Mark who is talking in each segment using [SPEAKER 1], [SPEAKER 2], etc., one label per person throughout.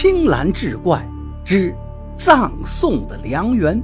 [SPEAKER 1] 青蓝志怪之葬送的良缘。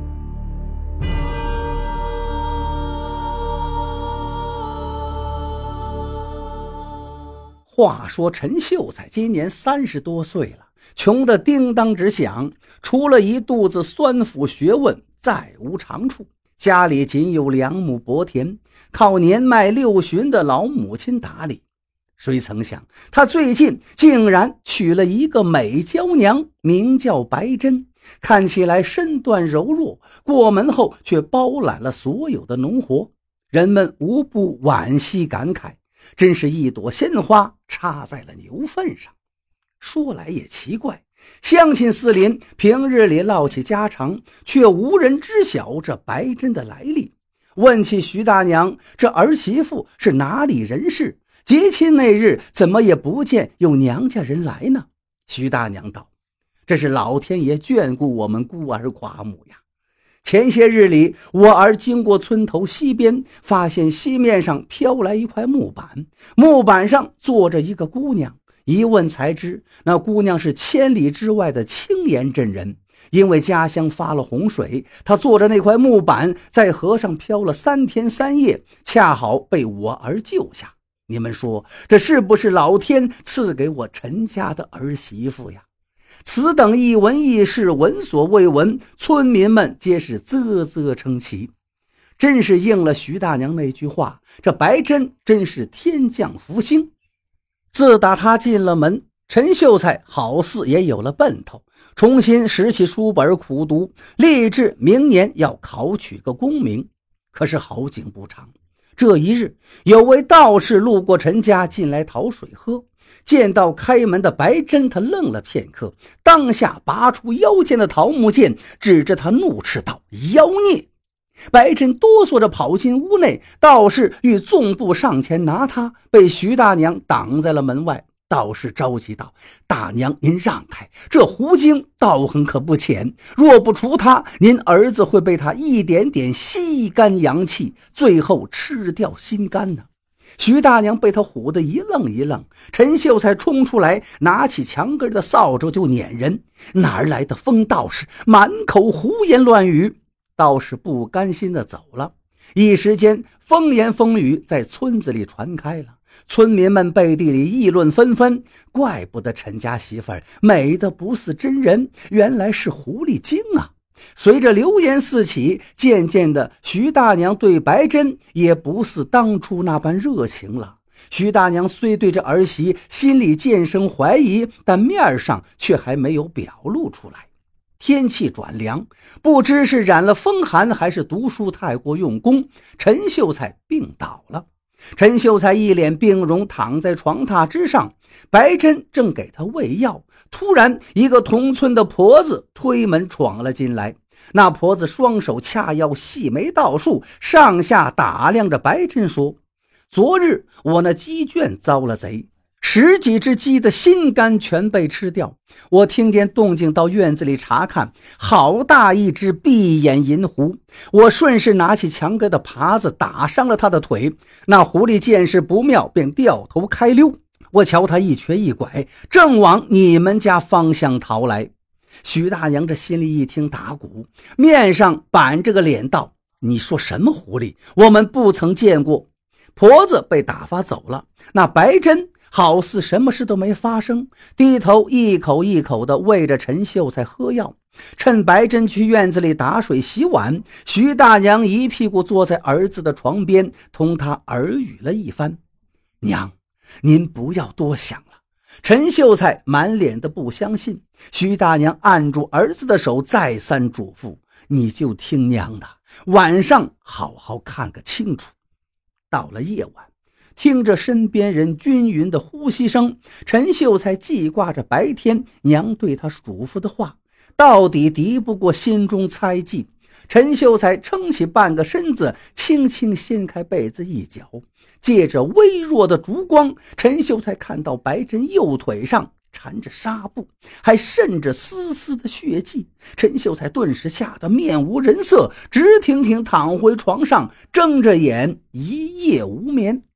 [SPEAKER 1] 话说陈秀才今年30多岁了，穷得叮当直响，除了一肚子酸腐学问，再无长处。家里仅有2亩薄田，靠年迈6旬的老母亲打理。谁曾想他最近竟然娶了一个美娇娘，名叫白珍，看起来身段柔弱，过门后却包揽了所有的农活。人们无不惋惜感慨，真是一朵鲜花插在了牛粪上。说来也奇怪，乡亲四邻平日里唠起家常，却无人知晓这白珍的来历。问起徐大娘，这儿媳妇是哪里人士？结亲那日怎么也不见有娘家人来呢？徐大娘道：这是老天爷眷顾我们孤儿寡母呀。前些日里，我儿经过村头溪边，发现溪面上飘来一块木板，木板上坐着一个姑娘。一问才知，那姑娘是千里之外的青岩镇人，因为家乡发了洪水，她坐着那块木板在河上漂了3天3夜，恰好被我儿救下。你们说，这是不是老天赐给我陈家的儿媳妇呀？此等一闻一事，闻所未闻，村民们皆是啧啧称奇。真是应了徐大娘那句话，这白珍真是天降福星。自打他进了门，陈秀才好似也有了奔头，重新拾起书本苦读，立志明年要考取个功名。可是好景不长，这一日，有位道士路过陈家进来讨水喝，见到开门的白珍，他愣了片刻，当下拔出腰间的桃木剑，指着他怒斥道：妖孽！白珍哆嗦着跑进屋内，道士欲纵步上前拿他，被徐大娘挡在了门外。道士着急道：大娘您让开，这狐精道行可不浅，若不除他，您儿子会被他一点点吸干阳气，最后吃掉心肝呢。徐大娘被他唬得一愣一愣，陈秀才冲出来，拿起墙根的扫帚就撵人。哪来的疯道士，满口胡言乱语。道士不甘心地走了。一时间风言风语在村子里传开了，村民们背地里议论纷纷，怪不得陈家媳妇儿美得不似真人，原来是狐狸精啊。随着流言四起，渐渐的徐大娘对白珍也不似当初那般热情了。徐大娘虽对这儿媳心里渐生怀疑，但面上却还没有表露出来。天气转凉，不知是染了风寒还是读书太过用功，陈秀才病倒了。陈秀才一脸病容，躺在床榻之上，白珍正给他喂药，突然一个同村的婆子推门闯了进来。那婆子双手掐腰，细眉倒竖，上下打量着白珍说：昨日我那鸡圈遭了贼，10几只鸡的心肝全被吃掉，我听见动静到院子里查看，好大一只闭眼银狐，我顺势拿起墙根的耙子打伤了他的腿，那狐狸见势不妙，便掉头开溜。我瞧他一瘸一拐，正往你们家方向逃来。徐大娘这心里一听打鼓，面上板着个脸道：你说什么狐狸，我们不曾见过。婆子被打发走了，那白珍好似什么事都没发生，低头一口一口地喂着陈秀才喝药。趁白珍去院子里打水洗碗，徐大娘一屁股坐在儿子的床边，同他耳语了一番。娘，您不要多想了。陈秀才满脸的不相信。徐大娘按住儿子的手，再三嘱咐：你就听娘的，晚上好好看个清楚。到了夜晚，听着身边人均匀的呼吸声，陈秀才记挂着白天娘对他嘱咐的话，到底敌不过心中猜忌。陈秀才撑起半个身子，轻轻掀开被子一角，借着微弱的烛光，陈秀才看到白珍右腿上缠着纱布，还渗着丝丝的血迹。陈秀才顿时吓得面无人色，直挺挺躺回床上，睁着眼一夜无眠。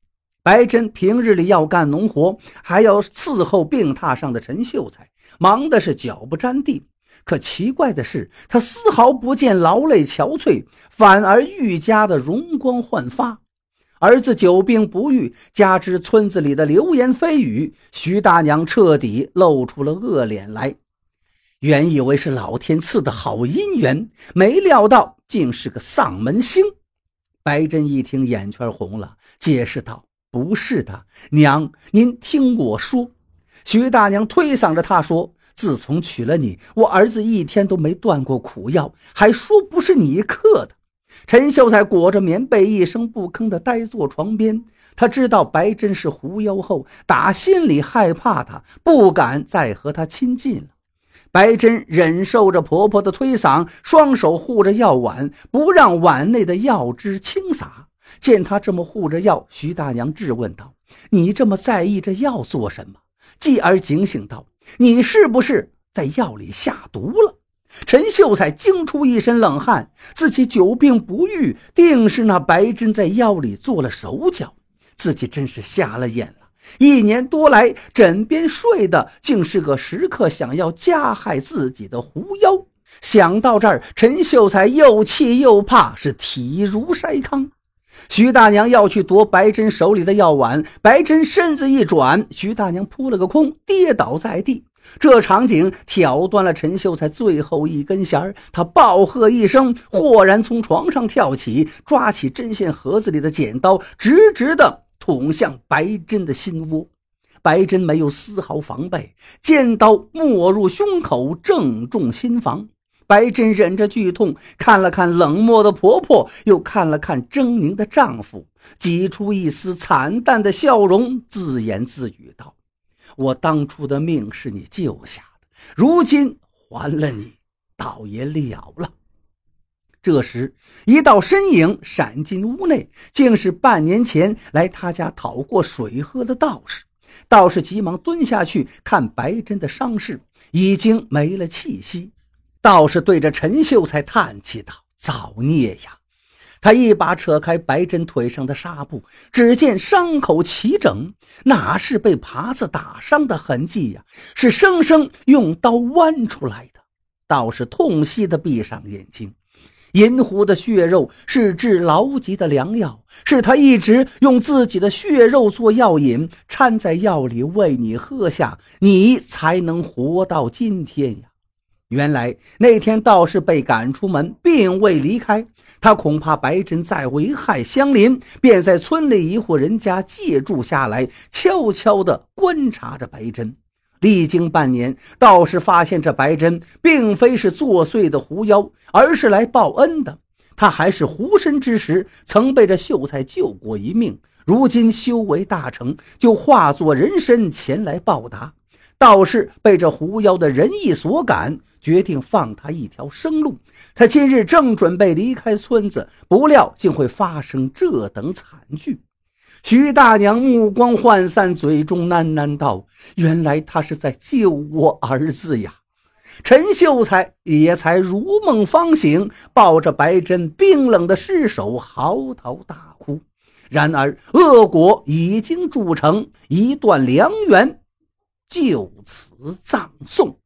[SPEAKER 1] 白珍平日里要干农活，还要伺候病榻上的陈秀才，忙的是脚不沾地。可奇怪的是，他丝毫不见劳累憔悴，反而愈加的容光焕发。儿子久病不愈，加之村子里的流言蜚语，徐大娘彻底露出了恶脸来。原以为是老天赐的好姻缘，没料到竟是个丧门星。白珍一听眼圈红了，解释道：不是的，娘，您听我说。徐大娘推搡着他说：自从娶了你，我儿子一天都没断过苦药，还说不是你克的。陈秀才裹着棉被一声不吭地呆坐床边，他知道白珍是狐妖后，打心里害怕他，不敢再和他亲近了。白珍忍受着婆婆的推搡，双手护着药碗，不让碗内的药汁倾洒。见她这么护着药，徐大娘质问道：你这么在意这药做什么？继而警醒道：你是不是在药里下毒了？陈秀才惊出一身冷汗，自己久病不愈，定是那白珍在药里做了手脚，自己真是瞎了眼了。1年多来，枕边睡的竟是个时刻想要加害自己的狐妖。想到这儿，陈秀才又气又怕，是体如筛糠。徐大娘要去夺白珍手里的药碗，白珍身子一转，徐大娘扑了个空，跌倒在地。这场景挑断了陈秀才最后一根弦，他暴喝一声，豁然从床上跳起，抓起针线盒子里的剪刀，直直地捅向白珍的心窝。白珍没有丝毫防备，尖刀没入胸口，正中心房。白珍忍着剧痛，看了看冷漠的婆婆，又看了看狰狞的丈夫，挤出一丝惨淡的笑容，自言自语道：我当初的命是你救下的，如今还了你，倒也了了。这时一道身影闪进屋内，竟是半年前来他家讨过水喝的道士。道士急忙蹲下去看白珍的伤势，已经没了气息。道士对着陈秀才叹气道：造孽呀！他一把扯开白珍腿上的纱布，只见伤口齐整，哪是被耙子打伤的痕迹呀，是生生用刀剜出来的。道士痛惜地闭上眼睛，银狐的血肉是治痨疾的良药，是他一直用自己的血肉做药引，掺在药里喂你喝下，你才能活到今天呀。原来那天道士被赶出门，并未离开，他恐怕白珍再危害乡邻，便在村里一户人家借住下来，悄悄地观察着白珍。历经半年，道士发现这白珍并非是作祟的狐妖，而是来报恩的。他还是狐身之时，曾被这秀才救过一命，如今修为大成，就化作人身前来报答。道士被这狐妖的仁义所感，决定放他一条生路。他今日正准备离开村子，不料竟会发生这等惨剧。徐大娘目光涣散，嘴中喃喃道：原来他是在救我儿子呀。陈秀才也才如梦方醒，抱着白珍冰冷的尸首嚎啕大哭。然而恶果已经铸成，一段良缘就此葬送。